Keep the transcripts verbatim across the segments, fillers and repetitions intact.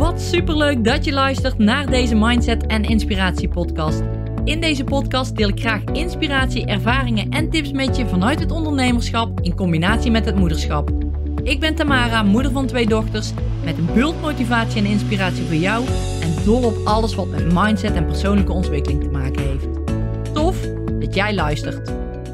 Wat superleuk dat je luistert naar deze Mindset en Inspiratie podcast. In deze podcast deel ik graag inspiratie, ervaringen en tips met je vanuit het ondernemerschap in combinatie met het moederschap. Ik ben Tamara, moeder van twee dochters, met een bult motivatie en inspiratie voor jou en dol op alles wat met mindset en persoonlijke ontwikkeling te maken heeft. Tof dat jij luistert.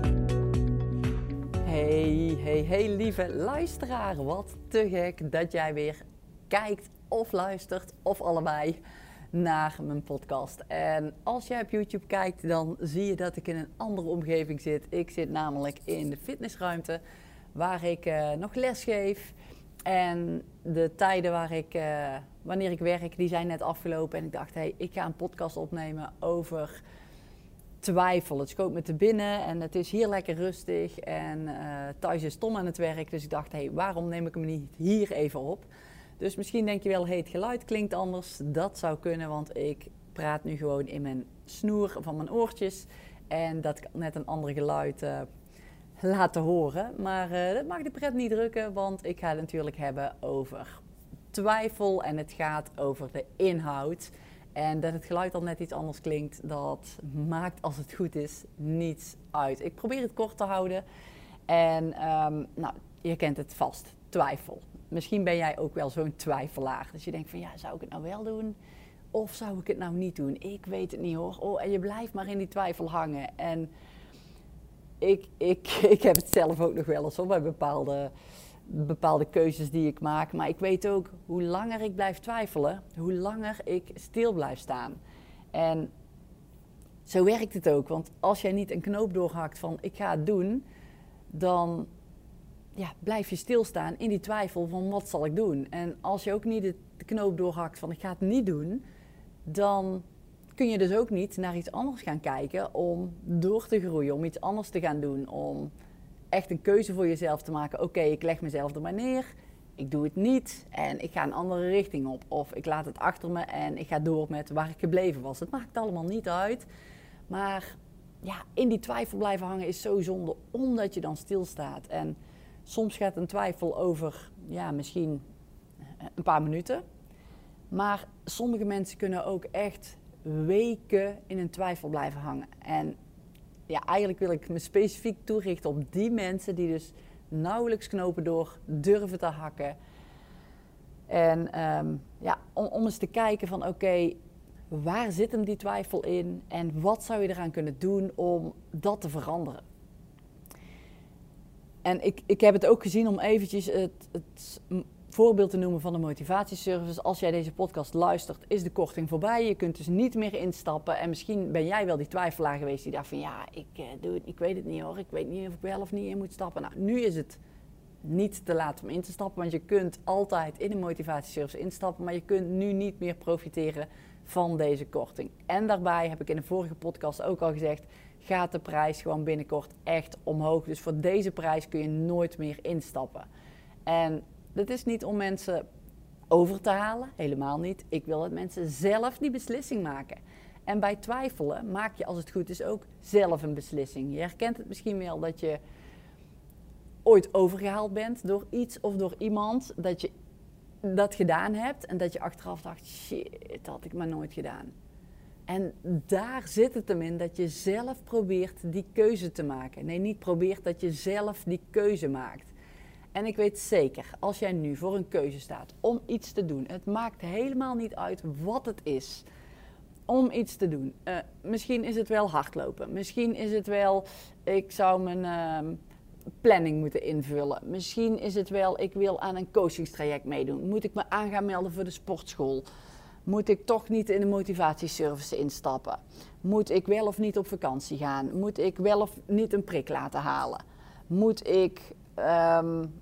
Hey, hey, hey lieve luisteraar, wat te gek dat jij weer kijkt of luistert of allebei naar mijn podcast. En als jij op YouTube kijkt, dan zie je dat ik in een andere omgeving zit. Ik zit namelijk in de fitnessruimte waar ik uh, nog les geef. En de tijden waar ik, uh, wanneer ik werk, die zijn net afgelopen. En ik dacht, hey, ik ga een podcast opnemen over twijfel. Het schoot me te binnen en het is hier lekker rustig. En uh, thuis is Tom aan het werk. Dus ik dacht, hey, waarom neem ik hem niet hier even op? Dus misschien denk je wel, hey, het geluid klinkt anders. Dat zou kunnen, want ik praat nu gewoon in mijn snoer van mijn oortjes. En dat kan net een ander geluid uh, laten horen. Maar uh, dat mag de pret niet drukken, want ik ga het natuurlijk hebben over twijfel. En het gaat over de inhoud. En dat het geluid al net iets anders klinkt, dat maakt als het goed is niets uit. Ik probeer het kort te houden. En um, nou, je kent het vast, twijfel. Misschien ben jij ook wel zo'n twijfelaar. Dus je denkt van, ja, zou ik het nou wel doen? Of zou ik het nou niet doen? Ik weet het niet hoor. Oh, en je blijft maar in die twijfel hangen. En ik, ik, ik heb het zelf ook nog wel eens hoor, bij bepaalde, bepaalde keuzes die ik maak. Maar ik weet ook, hoe langer ik blijf twijfelen, hoe langer ik stil blijf staan. En zo werkt het ook. Want als jij niet een knoop doorhakt van, ik ga het doen, dan ja, blijf je stilstaan in die twijfel van wat zal ik doen. En als je ook niet de knoop doorhakt van ik ga het niet doen, dan kun je dus ook niet naar iets anders gaan kijken om door te groeien, om iets anders te gaan doen, om echt een keuze voor jezelf te maken. Oké, okay, ik leg mezelf er maar neer, ik doe het niet en ik ga een andere richting op. Of ik laat het achter me en ik ga door met waar ik gebleven was. Het maakt allemaal niet uit, maar ja, in die twijfel blijven hangen is zo zonde, omdat je dan stilstaat. En soms gaat een twijfel over, ja, misschien een paar minuten. Maar sommige mensen kunnen ook echt weken in een twijfel blijven hangen. En ja, eigenlijk wil ik me specifiek toerichten op die mensen die dus nauwelijks knopen door durven te hakken. En um, ja, om, om eens te kijken van oké, okay, waar zit hem die twijfel in? En wat zou je eraan kunnen doen om dat te veranderen? En ik, ik heb het ook gezien om eventjes het, het voorbeeld te noemen van de motivatieservice. Als jij deze podcast luistert, is de korting voorbij. Je kunt dus niet meer instappen. En misschien ben jij wel die twijfelaar geweest die dacht van ja, ik, uh, doe het, ik weet het niet hoor. Ik weet niet of ik wel of niet in moet stappen. Nou, nu is het niet te laat om in te stappen. Want je kunt altijd in de motivatieservice instappen. Maar je kunt nu niet meer profiteren van deze korting. En daarbij heb ik in de vorige podcast ook al gezegd, gaat de prijs gewoon binnenkort echt omhoog. Dus voor deze prijs kun je nooit meer instappen. En dat is niet om mensen over te halen, helemaal niet. Ik wil dat mensen zelf die beslissing maken. En bij twijfelen maak je als het goed is ook zelf een beslissing. Je herkent het misschien wel dat je ooit overgehaald bent door iets of door iemand, dat je dat gedaan hebt en dat je achteraf dacht, shit, dat had ik maar nooit gedaan. En daar zit het hem in dat je zelf probeert die keuze te maken. Nee, niet probeert, dat je zelf die keuze maakt. En ik weet zeker, als jij nu voor een keuze staat om iets te doen, het maakt helemaal niet uit wat het is, om iets te doen. Uh, misschien is het wel hardlopen, misschien is het wel, ik zou mijn uh, planning moeten invullen. Misschien is het wel, ik wil aan een coachingstraject meedoen. Moet ik me aan gaan melden voor de sportschool? Moet ik toch niet in de motivatieservice instappen? Moet ik wel of niet op vakantie gaan? Moet ik wel of niet een prik laten halen? Moet ik, um,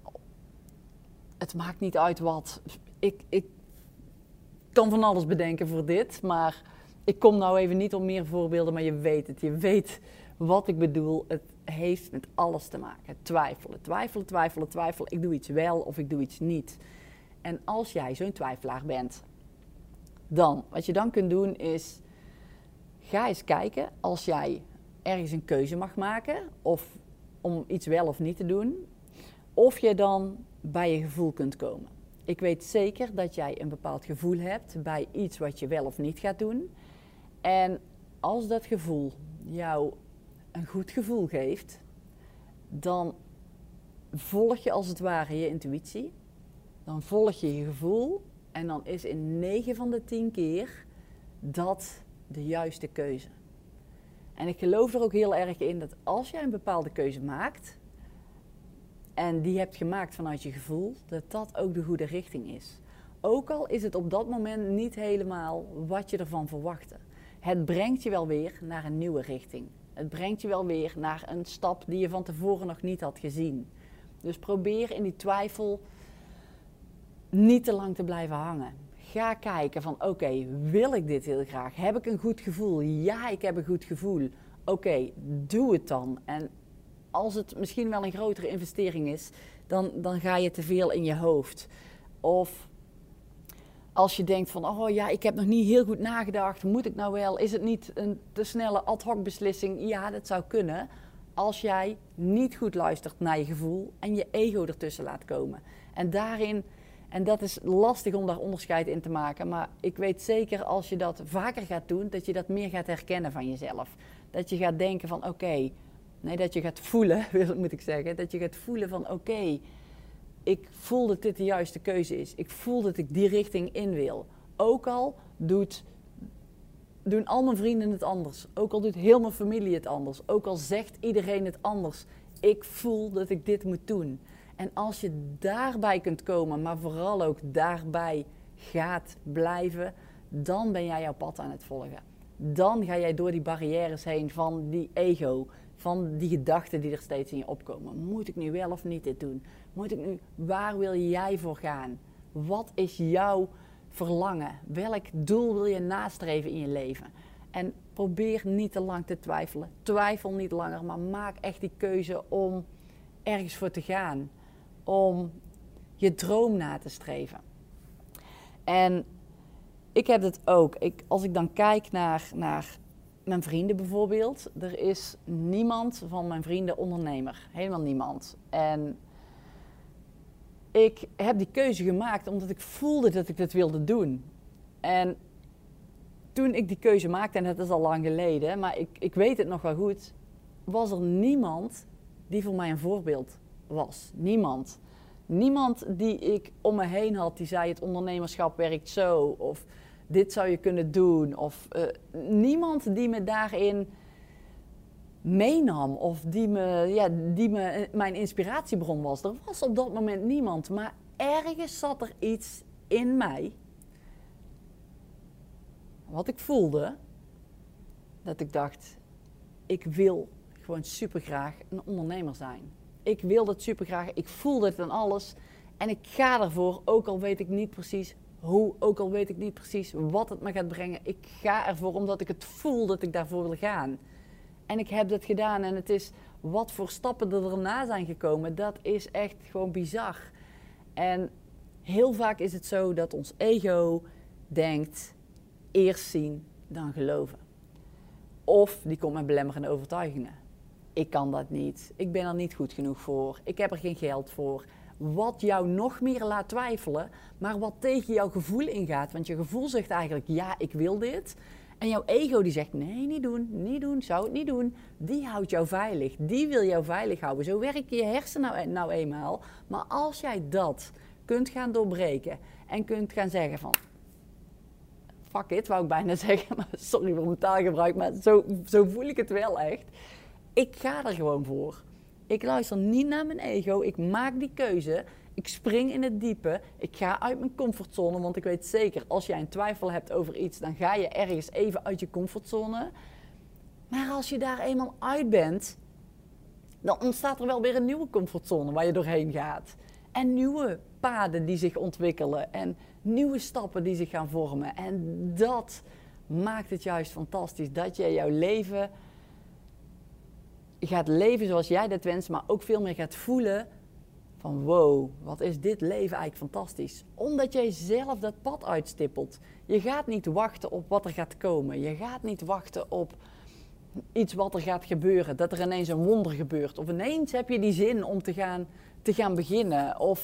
het maakt niet uit wat, ik, ik kan van alles bedenken voor dit, maar ik kom nou even niet op meer voorbeelden, maar je weet het, je weet wat ik bedoel. Het heeft met alles te maken, twijfelen, twijfelen, twijfelen, twijfelen. Ik doe iets wel of ik doe iets niet. En als jij zo'n twijfelaar bent, dan, wat je dan kunt doen is, ga eens kijken als jij ergens een keuze mag maken, of om iets wel of niet te doen, of je dan bij je gevoel kunt komen. Ik weet zeker dat jij een bepaald gevoel hebt bij iets wat je wel of niet gaat doen. En als dat gevoel jou een goed gevoel geeft, dan volg je als het ware je intuïtie. Dan volg je je gevoel en dan is in negen van de tien keer dat de juiste keuze. En ik geloof er ook heel erg in dat als jij een bepaalde keuze maakt en die hebt gemaakt vanuit je gevoel, dat dat ook de goede richting is. Ook al is het op dat moment niet helemaal wat je ervan verwachtte. Het brengt je wel weer naar een nieuwe richting. Het brengt je wel weer naar een stap die je van tevoren nog niet had gezien. Dus probeer in die twijfel niet te lang te blijven hangen. Ga kijken van oké, okay, wil ik dit heel graag? Heb ik een goed gevoel? Ja, ik heb een goed gevoel. Oké, okay, doe het dan. En als het misschien wel een grotere investering is, dan, dan ga je te veel in je hoofd. Of als je denkt van, oh ja, ik heb nog niet heel goed nagedacht. Moet ik nou wel? Is het niet een te snelle ad hoc beslissing? Ja, dat zou kunnen. Als jij niet goed luistert naar je gevoel en je ego ertussen laat komen. En daarin, en dat is lastig om daar onderscheid in te maken. Maar ik weet zeker als je dat vaker gaat doen, dat je dat meer gaat herkennen van jezelf. Dat je gaat denken van oké, okay, nee, dat je gaat voelen, moet ik zeggen. Dat je gaat voelen van oké, okay, ik voel dat dit de juiste keuze is. Ik voel dat ik die richting in wil. Ook al doet, doen al mijn vrienden het anders. Ook al doet heel mijn familie het anders. Ook al zegt iedereen het anders. Ik voel dat ik dit moet doen. En als je daarbij kunt komen, maar vooral ook daarbij gaat blijven, dan ben jij jouw pad aan het volgen. Dan ga jij door die barrières heen van die ego, van die gedachten die er steeds in je opkomen. Moet ik nu wel of niet dit doen? Moet ik nu, waar wil jij voor gaan? Wat is jouw verlangen? Welk doel wil je nastreven in je leven? En probeer niet te lang te twijfelen. Twijfel niet langer, maar maak echt die keuze om ergens voor te gaan. Om je droom na te streven. En ik heb het ook. Ik, als ik dan kijk naar, naar mijn vrienden bijvoorbeeld. Er is niemand van mijn vrienden ondernemer. Helemaal niemand. En ik heb die keuze gemaakt omdat ik voelde dat ik dit wilde doen. En toen ik die keuze maakte, en dat is al lang geleden, maar ik, ik weet het nog wel goed, was er niemand die voor mij een voorbeeld was. Niemand. Niemand die ik om me heen had die zei het ondernemerschap werkt zo of dit zou je kunnen doen. Of uh, niemand die me daarin meenam of die, me, ja, die me, mijn inspiratiebron was. Er was op dat moment niemand, maar ergens zat er iets in mij wat ik voelde, dat ik dacht, ik wil gewoon supergraag een ondernemer zijn. Ik wil dat supergraag, ik voel dit en alles en ik ga ervoor, ook al weet ik niet precies hoe, ook al weet ik niet precies wat het me gaat brengen. Ik ga ervoor omdat ik het voel dat ik daarvoor wil gaan. En ik heb dat gedaan en het is wat voor stappen er daarna zijn gekomen, dat is echt gewoon bizar. En heel vaak is het zo dat ons ego denkt, eerst zien dan geloven. Of die komt met belemmerende overtuigingen. Ik kan dat niet, ik ben er niet goed genoeg voor, ik heb er geen geld voor. Wat jou nog meer laat twijfelen, maar wat tegen jouw gevoel ingaat. Want je gevoel zegt eigenlijk, ja, ik wil dit. En jouw ego die zegt, nee, niet doen, niet doen, zou het niet doen. Die houdt jou veilig, die wil jou veilig houden. Zo werken je hersenen nou, nou eenmaal. Maar als jij dat kunt gaan doorbreken en kunt gaan zeggen van, fuck it, wou ik bijna zeggen, maar sorry voor mijn taalgebruik, maar zo, zo voel ik het wel echt. Ik ga er gewoon voor. Ik luister niet naar mijn ego, ik maak die keuze, ik spring in het diepe, ik ga uit mijn comfortzone, want ik weet zeker, als jij een twijfel hebt over iets, dan ga je ergens even uit je comfortzone. Maar als je daar eenmaal uit bent, dan ontstaat er wel weer een nieuwe comfortzone waar je doorheen gaat. En nieuwe paden die zich ontwikkelen en nieuwe stappen die zich gaan vormen. En dat maakt het juist fantastisch, dat je jouw leven gaat leven zoals jij dat wenst, maar ook veel meer gaat voelen van wow, wat is dit leven eigenlijk fantastisch. Omdat jij zelf dat pad uitstippelt. Je gaat niet wachten op wat er gaat komen. Je gaat niet wachten op iets wat er gaat gebeuren. Dat er ineens een wonder gebeurt. Of ineens heb je die zin om te gaan, te gaan beginnen. Of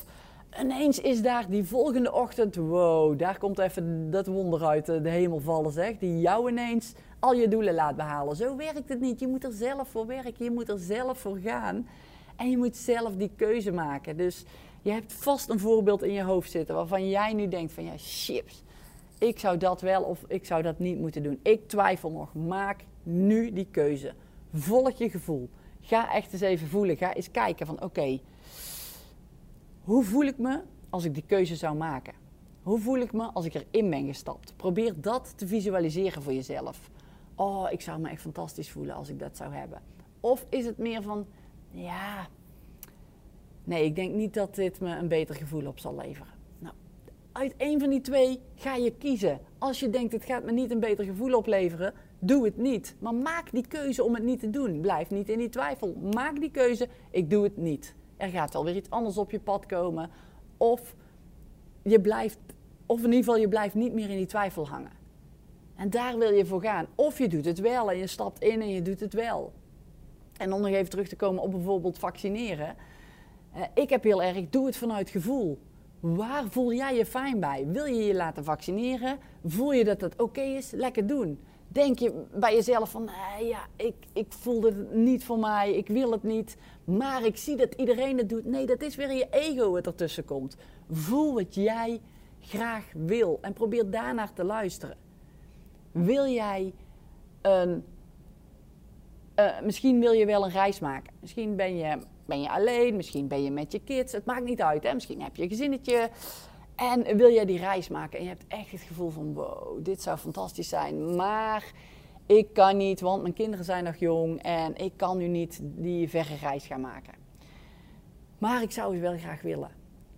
Ineens is daar die volgende ochtend, wow, daar komt even dat wonder uit de hemel vallen, zeg. Die jou ineens al je doelen laat behalen. Zo werkt het niet. Je moet er zelf voor werken. Je moet er zelf voor gaan. En je moet zelf die keuze maken. Dus je hebt vast een voorbeeld in je hoofd zitten waarvan jij nu denkt van, ja, chips. Ik zou dat wel of ik zou dat niet moeten doen. Ik twijfel nog. Maak nu die keuze. Volg je gevoel. Ga echt eens even voelen. Ga eens kijken van, oké, okay, hoe voel ik me als ik die keuze zou maken? Hoe voel ik me als ik erin ben gestapt? Probeer dat te visualiseren voor jezelf. Oh, ik zou me echt fantastisch voelen als ik dat zou hebben. Of is het meer van, ja, nee, ik denk niet dat dit me een beter gevoel op zal leveren. Nou, uit één van die twee ga je kiezen. Als je denkt, het gaat me niet een beter gevoel opleveren, doe het niet. Maar maak die keuze om het niet te doen. Blijf niet in die twijfel. Maak die keuze, ik doe het niet. Er gaat wel weer iets anders op je pad komen. Of je blijft, of in ieder geval je blijft niet meer in die twijfel hangen. En daar wil je voor gaan. Of je doet het wel en je stapt in en je doet het wel. En om nog even terug te komen op bijvoorbeeld vaccineren. Uh, ik heb heel erg, doe het vanuit gevoel. Waar voel jij je fijn bij? Wil je je laten vaccineren? Voel je dat het oké okay is? Lekker doen. Denk je bij jezelf van, nee, ja, ik, ik voel het niet voor mij, ik wil het niet. Maar ik zie dat iedereen het doet. Nee, dat is weer je ego wat ertussen komt. Voel wat jij graag wil en probeer daarnaar te luisteren. Wil jij een... Uh, misschien wil je wel een reis maken. Misschien ben je, ben je alleen, misschien ben je met je kids. Het maakt niet uit, hè? Misschien heb je een gezinnetje. En wil jij die reis maken en je hebt echt het gevoel van, wow, dit zou fantastisch zijn. Maar ik kan niet, want mijn kinderen zijn nog jong en ik kan nu niet die verre reis gaan maken. Maar ik zou het wel graag willen.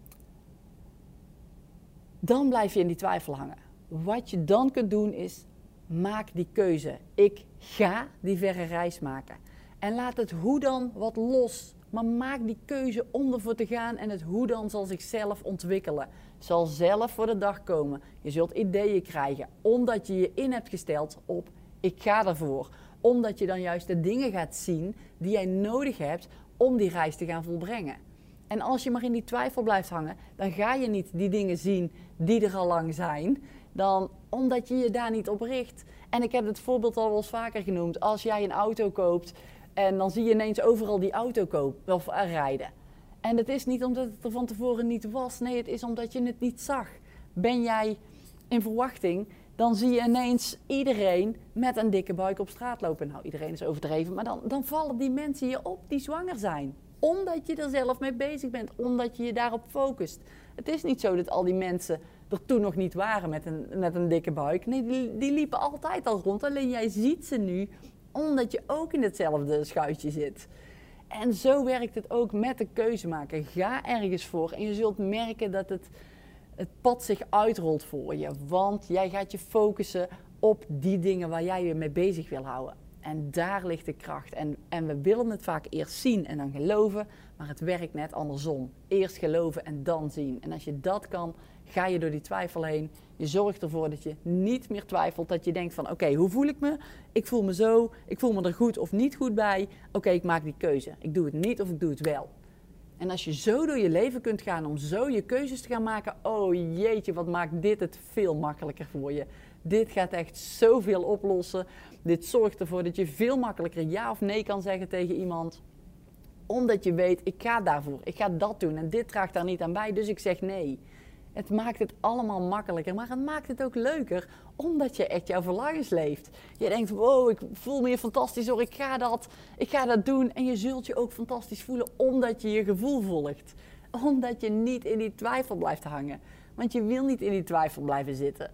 Dan blijf je in die twijfel hangen. Wat je dan kunt doen is, maak die keuze. Ik ga die verre reis maken. En laat het hoe dan wat los. Maar maak die keuze om ervoor te gaan en het hoe dan zal zichzelf ontwikkelen. Zal zelf voor de dag komen. Je zult ideeën krijgen omdat je je in hebt gesteld op ik ga ervoor. Omdat je dan juist de dingen gaat zien die jij nodig hebt om die reis te gaan volbrengen. En als je maar in die twijfel blijft hangen, dan ga je niet die dingen zien die er al lang zijn. Dan omdat je je daar niet op richt. En ik heb het voorbeeld al wel eens vaker genoemd. Als jij een auto koopt en dan zie je ineens overal die auto kopen of rijden. En het is niet omdat het er van tevoren niet was. Nee, het is omdat je het niet zag. Ben jij in verwachting, dan zie je ineens iedereen met een dikke buik op straat lopen. Nou, iedereen is overdreven, maar dan, dan vallen die mensen je op die zwanger zijn. Omdat je er zelf mee bezig bent, omdat je je daarop focust. Het is niet zo dat al die mensen er toen nog niet waren met een, met een dikke buik. Nee, die, die liepen altijd al rond, alleen jij ziet ze nu omdat je ook in hetzelfde schuitje zit. En zo werkt het ook met de keuze maken. Ga ergens voor en je zult merken dat het, het pad zich uitrolt voor je. Want jij gaat je focussen op die dingen waar jij je mee bezig wil houden. En daar ligt de kracht. En, en we willen het vaak eerst zien en dan geloven, maar het werkt net andersom. Eerst geloven en dan zien. En als je dat kan, ga je door die twijfel heen. Je zorgt ervoor dat je niet meer twijfelt, dat je denkt van oké, okay, hoe voel ik me? Ik voel me zo, ik voel me er goed of niet goed bij. Oké, okay, ik maak die keuze. Ik doe het niet of ik doe het wel. En als je zo door je leven kunt gaan om zo je keuzes te gaan maken, oh jeetje, wat maakt dit het veel makkelijker voor je. Dit gaat echt zoveel oplossen. Dit zorgt ervoor dat je veel makkelijker ja of nee kan zeggen tegen iemand. Omdat je weet, ik ga daarvoor, ik ga dat doen en dit draagt daar niet aan bij, dus ik zeg nee. Het maakt het allemaal makkelijker, maar het maakt het ook leuker, omdat je echt jouw verlangens leeft. Je denkt, wow, ik voel me hier fantastisch hoor, ik ga dat, ik ga dat doen. En je zult je ook fantastisch voelen, omdat je je gevoel volgt. Omdat je niet in die twijfel blijft hangen. Want je wil niet in die twijfel blijven zitten.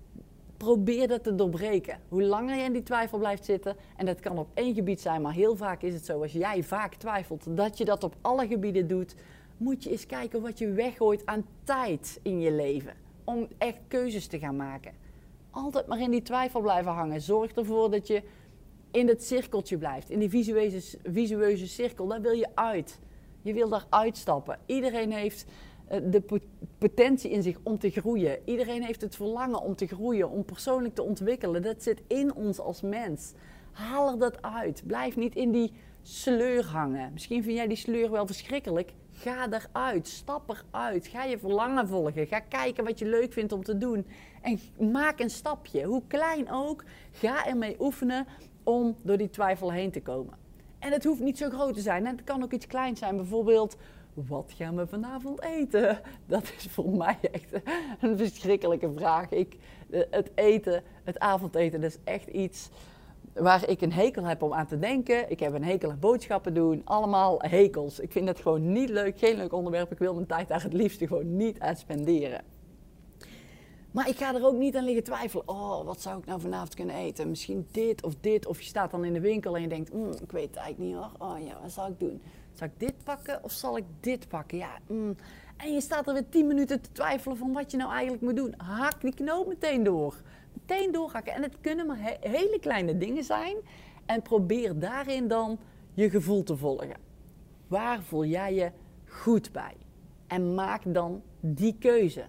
Probeer dat te doorbreken. Hoe langer je in die twijfel blijft zitten, en dat kan op één gebied zijn, maar heel vaak is het zo, als jij vaak twijfelt, dat je dat op alle gebieden doet, moet je eens kijken wat je weggooit aan tijd in je leven. Om echt keuzes te gaan maken. Altijd maar in die twijfel blijven hangen. Zorg ervoor dat je in het cirkeltje blijft. In die visueuze, visueuze cirkel, daar wil je uit. Je wil daar uitstappen. Iedereen heeft de potentie in zich om te groeien. Iedereen heeft het verlangen om te groeien, om persoonlijk te ontwikkelen. Dat zit in ons als mens. Haal er dat uit. Blijf niet in die sleur hangen. Misschien vind jij die sleur wel verschrikkelijk. Ga eruit, stap eruit, ga je verlangen volgen, ga kijken wat je leuk vindt om te doen en maak een stapje, hoe klein ook, ga ermee oefenen om door die twijfel heen te komen. En het hoeft niet zo groot te zijn, het kan ook iets kleins zijn, bijvoorbeeld, wat gaan we vanavond eten? Dat is voor mij echt een verschrikkelijke vraag. Ik, het eten, het avondeten, dat is echt iets waar ik een hekel heb om aan te denken. Ik heb een hekel aan boodschappen doen. Allemaal hekels. Ik vind het gewoon niet leuk. Geen leuk onderwerp. Ik wil mijn tijd daar het liefst gewoon niet aan spenderen. Maar ik ga er ook niet aan liggen twijfelen. Oh, wat zou ik nou vanavond kunnen eten? Misschien dit of dit. Of je staat dan in de winkel en je denkt, mm, ik weet het eigenlijk niet hoor. Oh ja, wat zal ik doen? Zal ik dit pakken of zal ik dit pakken? Ja, mm. En je staat er weer tien minuten te twijfelen van wat je nou eigenlijk moet doen. Hak die knoop meteen door. Meteen doorhakken. En het kunnen maar he- hele kleine dingen zijn. En probeer daarin dan je gevoel te volgen. Waar voel jij je goed bij? En maak dan die keuze.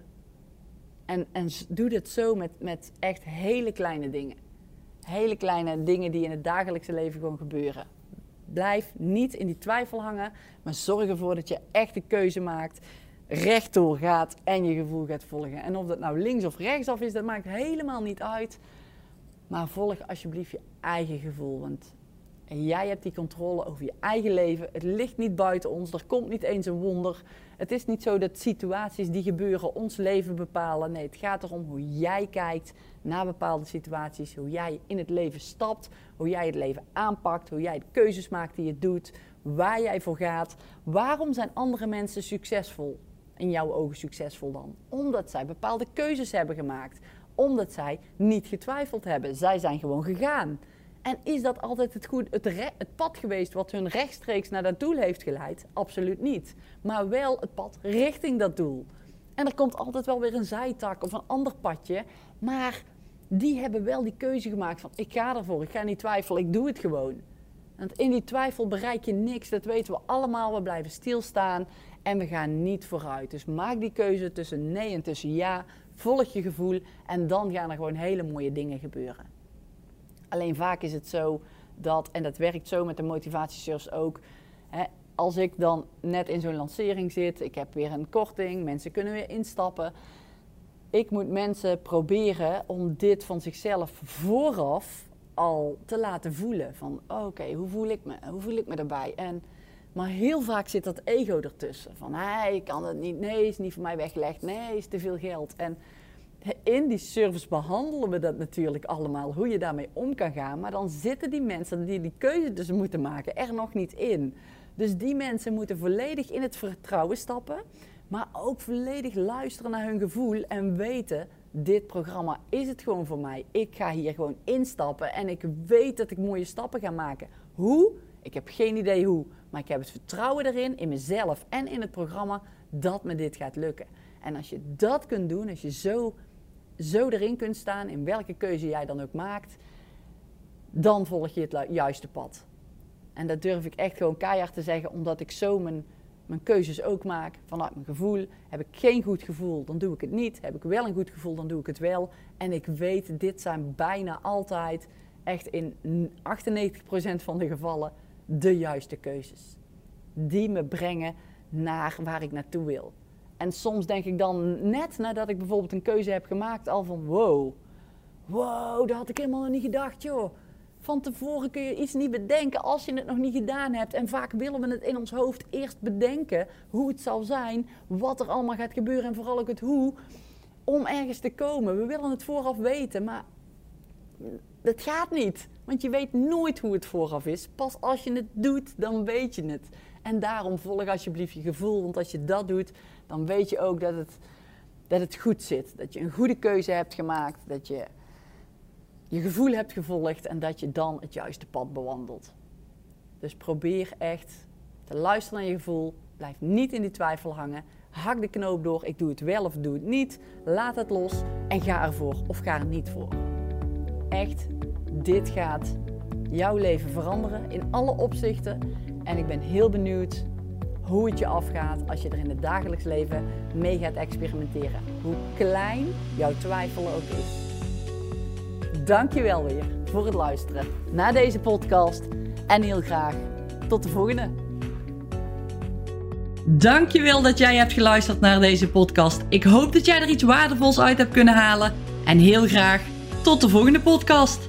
En, en doe dit zo met, met echt hele kleine dingen. Hele kleine dingen die in het dagelijkse leven gewoon gebeuren. Blijf niet in die twijfel hangen, maar zorg ervoor dat je echt de keuze maakt, rechtdoor gaat en je gevoel gaat volgen. En of dat nou links of rechtsaf is, dat maakt helemaal niet uit. Maar volg alsjeblieft je eigen gevoel, want jij hebt die controle over je eigen leven. Het ligt niet buiten ons, er komt niet eens een wonder. Het is niet zo dat situaties die gebeuren ons leven bepalen. Nee, het gaat erom hoe jij kijkt naar bepaalde situaties, hoe jij in het leven stapt, hoe jij het leven aanpakt, hoe jij de keuzes maakt die je doet, waar jij voor gaat. Waarom zijn andere mensen succesvol? In jouw ogen succesvol dan? Omdat zij bepaalde keuzes hebben gemaakt. Omdat zij niet getwijfeld hebben. Zij zijn gewoon gegaan. En is dat altijd het, goed, het, re- het pad geweest wat hun rechtstreeks naar dat doel heeft geleid? Absoluut niet. Maar wel het pad richting dat doel. En er komt altijd wel weer een zijtak of een ander padje. Maar die hebben wel die keuze gemaakt van ik ga ervoor, ik ga niet twijfelen, ik doe het gewoon. Want in die twijfel bereik je niks, dat weten we allemaal. We blijven stilstaan en we gaan niet vooruit. Dus maak die keuze tussen nee en tussen ja. Volg je gevoel en dan gaan er gewoon hele mooie dingen gebeuren. Alleen vaak is het zo dat, en dat werkt zo met de motivatiesurfs ook, hè, als ik dan net in zo'n lancering zit, ik heb weer een korting, mensen kunnen weer instappen. Ik moet mensen proberen om dit van zichzelf vooraf al te laten voelen. Van oké, okay, hoe voel ik me? Hoe voel ik me daarbij? En, maar heel vaak zit dat ego ertussen. Van hey, ik kan het niet, nee, is niet voor mij weggelegd, nee, is te veel geld. En in die service behandelen we dat natuurlijk allemaal, hoe je daarmee om kan gaan. Maar dan zitten die mensen die die keuze dus moeten maken er nog niet in. Dus die mensen moeten volledig in het vertrouwen stappen, maar ook volledig luisteren naar hun gevoel en weten, dit programma is het gewoon voor mij. Ik ga hier gewoon instappen en ik weet dat ik mooie stappen ga maken. Hoe? Ik heb geen idee hoe, maar ik heb het vertrouwen erin, in mezelf en in het programma, dat me dit gaat lukken. En als je dat kunt doen, als je zo, zo erin kunt staan, in welke keuze jij dan ook maakt, dan volg je het juiste pad. En dat durf ik echt gewoon keihard te zeggen, omdat ik zo mijn, mijn keuzes ook maak vanuit mijn gevoel. Heb ik geen goed gevoel, dan doe ik het niet. Heb ik wel een goed gevoel, dan doe ik het wel. En ik weet, dit zijn bijna altijd, echt in achtennegentig procent van de gevallen, de juiste keuzes. Die me brengen naar waar ik naartoe wil. En soms denk ik dan, net nadat ik bijvoorbeeld een keuze heb gemaakt, al van wow, wow, dat had ik helemaal nog niet gedacht, joh. Van tevoren kun je iets niet bedenken als je het nog niet gedaan hebt. En vaak willen we het in ons hoofd eerst bedenken hoe het zal zijn, wat er allemaal gaat gebeuren en vooral ook het hoe, om ergens te komen. We willen het vooraf weten, maar dat gaat niet. Want je weet nooit hoe het vooraf is. Pas als je het doet, dan weet je het. En daarom volg alsjeblieft je gevoel, want als je dat doet, dan weet je ook dat het, dat het goed zit. Dat je een goede keuze hebt gemaakt, dat je je gevoel hebt gevolgd en dat je dan het juiste pad bewandelt. Dus probeer echt te luisteren naar je gevoel. Blijf niet in die twijfel hangen. Hak de knoop door. Ik doe het wel of doe het niet. Laat het los en ga ervoor of ga er niet voor. Echt, dit gaat jouw leven veranderen in alle opzichten. En ik ben heel benieuwd hoe het je afgaat als je er in het dagelijks leven mee gaat experimenteren. Hoe klein jouw twijfel ook is. Dankjewel weer voor het luisteren naar deze podcast en heel graag tot de volgende. Dankjewel dat jij hebt geluisterd naar deze podcast. Ik hoop dat jij er iets waardevols uit hebt kunnen halen. En heel graag tot de volgende podcast.